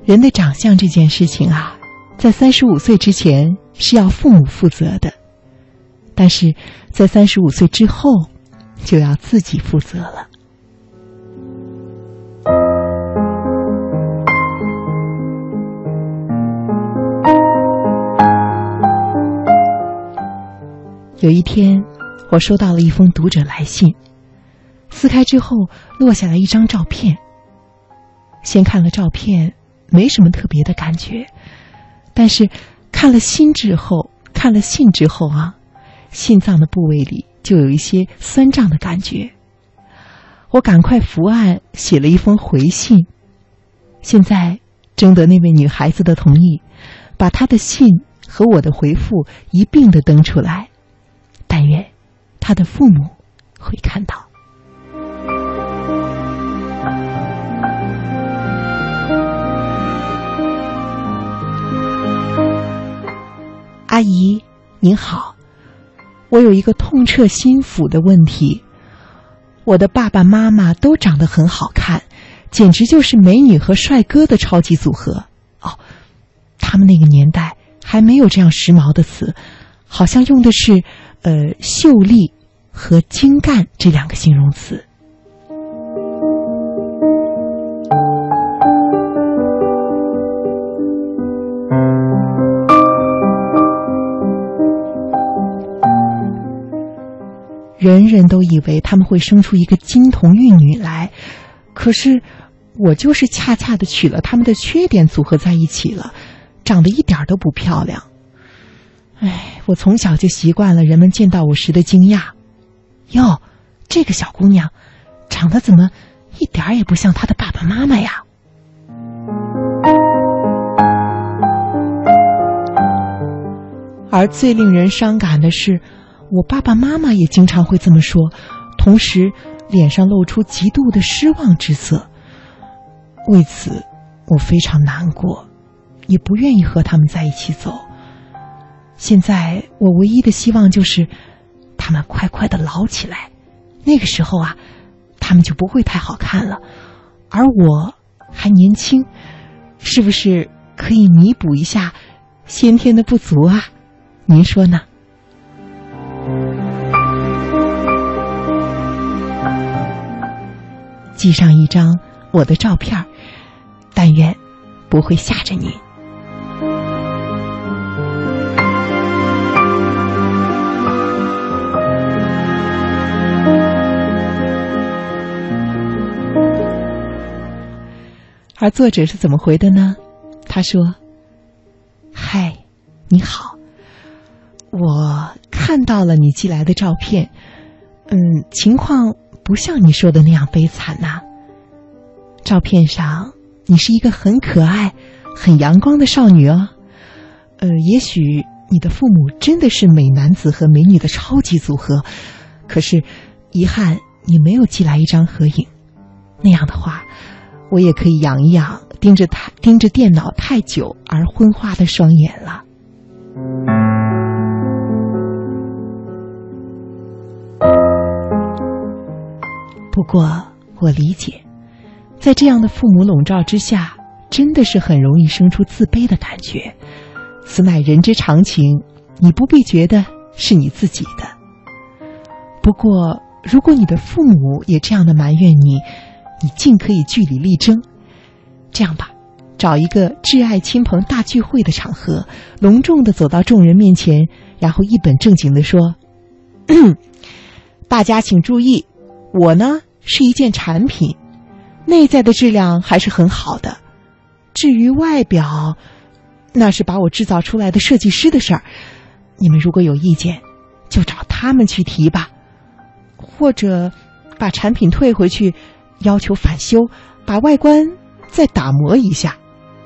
人的长相这件事情啊，在35岁之前是要父母负责的，但是在35岁之后就要自己负责了。有一天，我收到了一封读者来信，撕开之后落下来一张照片。先看了照片，没什么特别的感觉，但是看了信之后啊，心脏的部位里就有一些酸胀的感觉。我赶快伏案写了一封回信，现在征得那位女孩子的同意，把她的信和我的回复一并的登出来，但愿她的父母会看到。阿姨您好，我有一个痛彻心腑的问题。我的爸爸妈妈都长得很好看，简直就是美女和帅哥的超级组合。哦，他们那个年代还没有这样时髦的词，好像用的是秀丽和精干这两个形容词。人人都以为他们会生出一个金童玉女来，可是我就是恰恰的取了他们的缺点组合在一起了，长得一点都不漂亮。哎，我从小就习惯了人们见到我时的惊讶。哟，这个小姑娘长得怎么一点也不像她的爸爸妈妈呀？而最令人伤感的是，我爸爸妈妈也经常会这么说，同时脸上露出极度的失望之色。为此我非常难过，也不愿意和他们在一起走。现在我唯一的希望就是他们快快的老起来，那个时候啊，他们就不会太好看了，而我还年轻，是不是可以弥补一下先天的不足啊？您说呢？寄上一张我的照片，但愿不会吓着您。而作者是怎么回的呢？他说：嗨，你好，我看到了你寄来的照片，情况不像你说的那样悲惨呐。照片上你是一个很可爱很阳光的少女哦。也许你的父母真的是美男子和美女的超级组合，可是遗憾你没有寄来一张合影，那样的话我也可以养一养盯着电脑太久而昏花的双眼了。不过我理解，在这样的父母笼罩之下，真的是很容易生出自卑的感觉，此乃人之常情，你不必觉得是你自己的。不过如果你的父母也这样的埋怨你，你尽可以据理力争。这样吧，找一个挚爱亲朋大聚会的场合，隆重地走到众人面前，然后一本正经地说：大家请注意，我呢是一件产品，内在的质量还是很好的，至于外表，那是把我制造出来的设计师的事儿，你们如果有意见就找他们去提吧，或者把产品退回去，要求返修，把外观再打磨一下。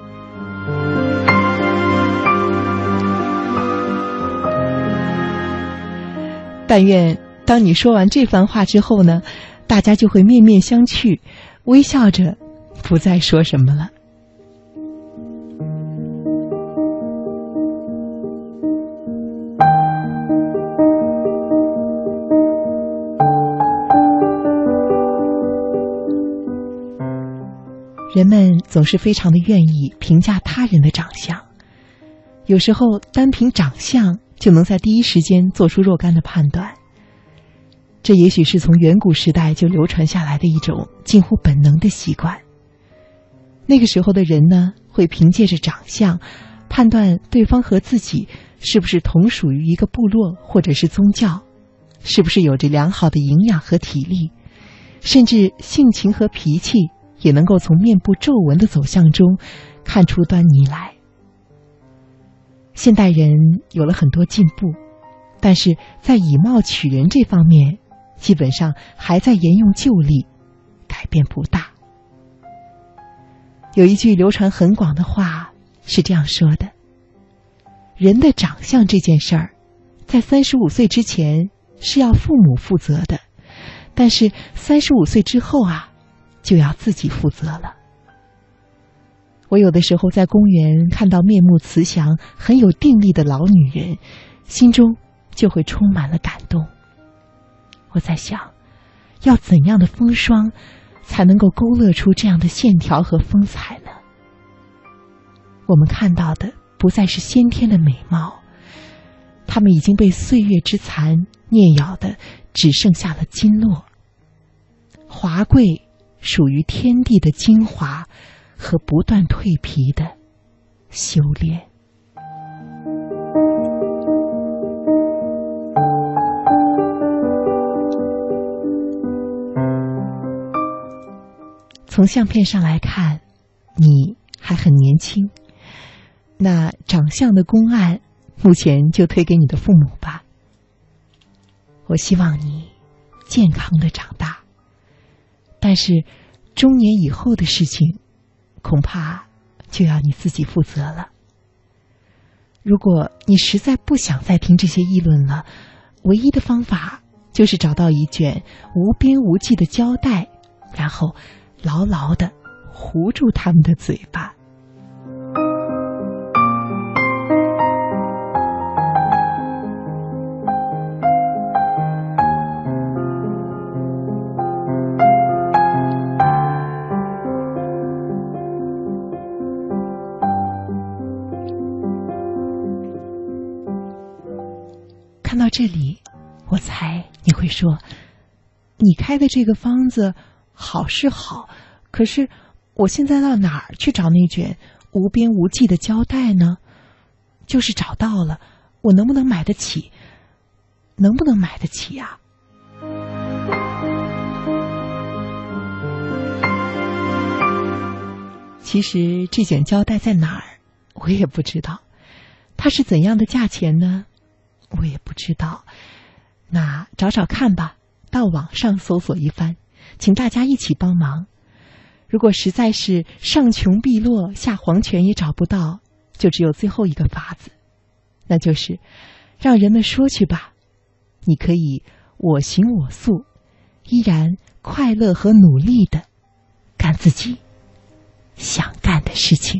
但愿当你说完这番话之后呢，大家就会面面相觑，微笑着不再说什么了。 人们总是非常的愿意评价他人的长相，有时候单凭长相就能在第一时间做出若干的判断。这也许是从远古时代就流传下来的一种近乎本能的习惯。那个时候的人呢，会凭借着长相判断对方和自己是不是同属于一个部落或者是宗教，是不是有着良好的营养和体力，甚至性情和脾气也能够从面部皱纹的走向中看出端倪来。现代人有了很多进步，但是在以貌取人这方面基本上还在沿用旧例，改变不大。有一句流传很广的话是这样说的：人的长相这件事儿，在35岁之前是要父母负责的，但是35岁之后就要自己负责了。我有的时候在公园看到面目慈祥、很有定力的老女人，心中就会充满了感动。我在想，要怎样的风霜才能够勾勒出这样的线条和风采呢？我们看到的不再是先天的美貌，它们已经被岁月之残啮咬的只剩下了筋络。华贵属于天地的精华和不断蜕皮的修炼。从相片上来看，你还很年轻，那长相的公案目前就推给你的父母吧。我希望你健康的长大，但是中年以后的事情恐怕就要你自己负责了。如果你实在不想再听这些议论了，唯一的方法就是找到一卷无边无际的胶带，然后牢牢地糊住他们的嘴巴。看到这里，我猜你会说，你开的这个方子好是好，可是我现在到哪儿去找那卷无边无际的胶带呢？就是找到了，我能不能买得起？能不能买得起呀？其实这卷胶带在哪儿，我也不知道。它是怎样的价钱呢？我也不知道。那找找看吧，到网上搜索一番，请大家一起帮忙。如果实在是上穷碧落下黄泉也找不到，就只有最后一个法子，那就是让人们说去吧，你可以我行我素，依然快乐和努力地干自己想干的事情。